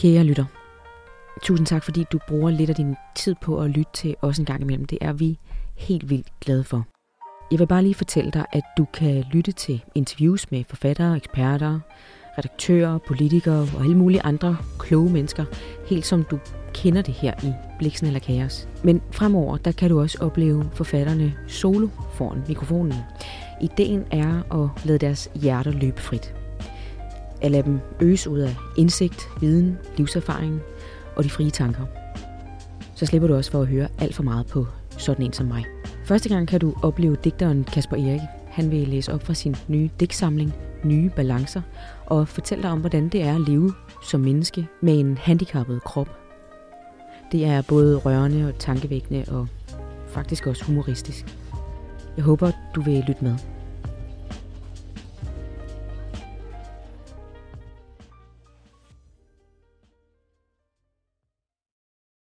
Kære lytter, tusind tak, fordi du bruger lidt af din tid på at lytte til os en gang imellem. Det er vi helt vildt glade for. Jeg vil bare lige fortælle dig, at du kan lytte til interviews med forfattere, eksperter, redaktører, politikere og alle mulige andre kloge mennesker, helt som du kender det her i Blixen eller Kaos. Men fremover, der kan du også opleve forfatterne solo foran mikrofonen. Ideen er at lade deres hjerter løbe frit. At lade dem øse ud af indsigt, viden, livserfaring og de frie tanker. Så slipper du også for at høre alt for meget på sådan en som mig. Første gang kan du opleve digteren Kasper Erik. Han vil læse op fra sin nye digtsamling, Nye Balancer, og fortælle dig om, hvordan det er at leve som menneske med en handicappet krop. Det er både rørende og tankevækkende og faktisk også humoristisk. Jeg håber, du vil lytte med.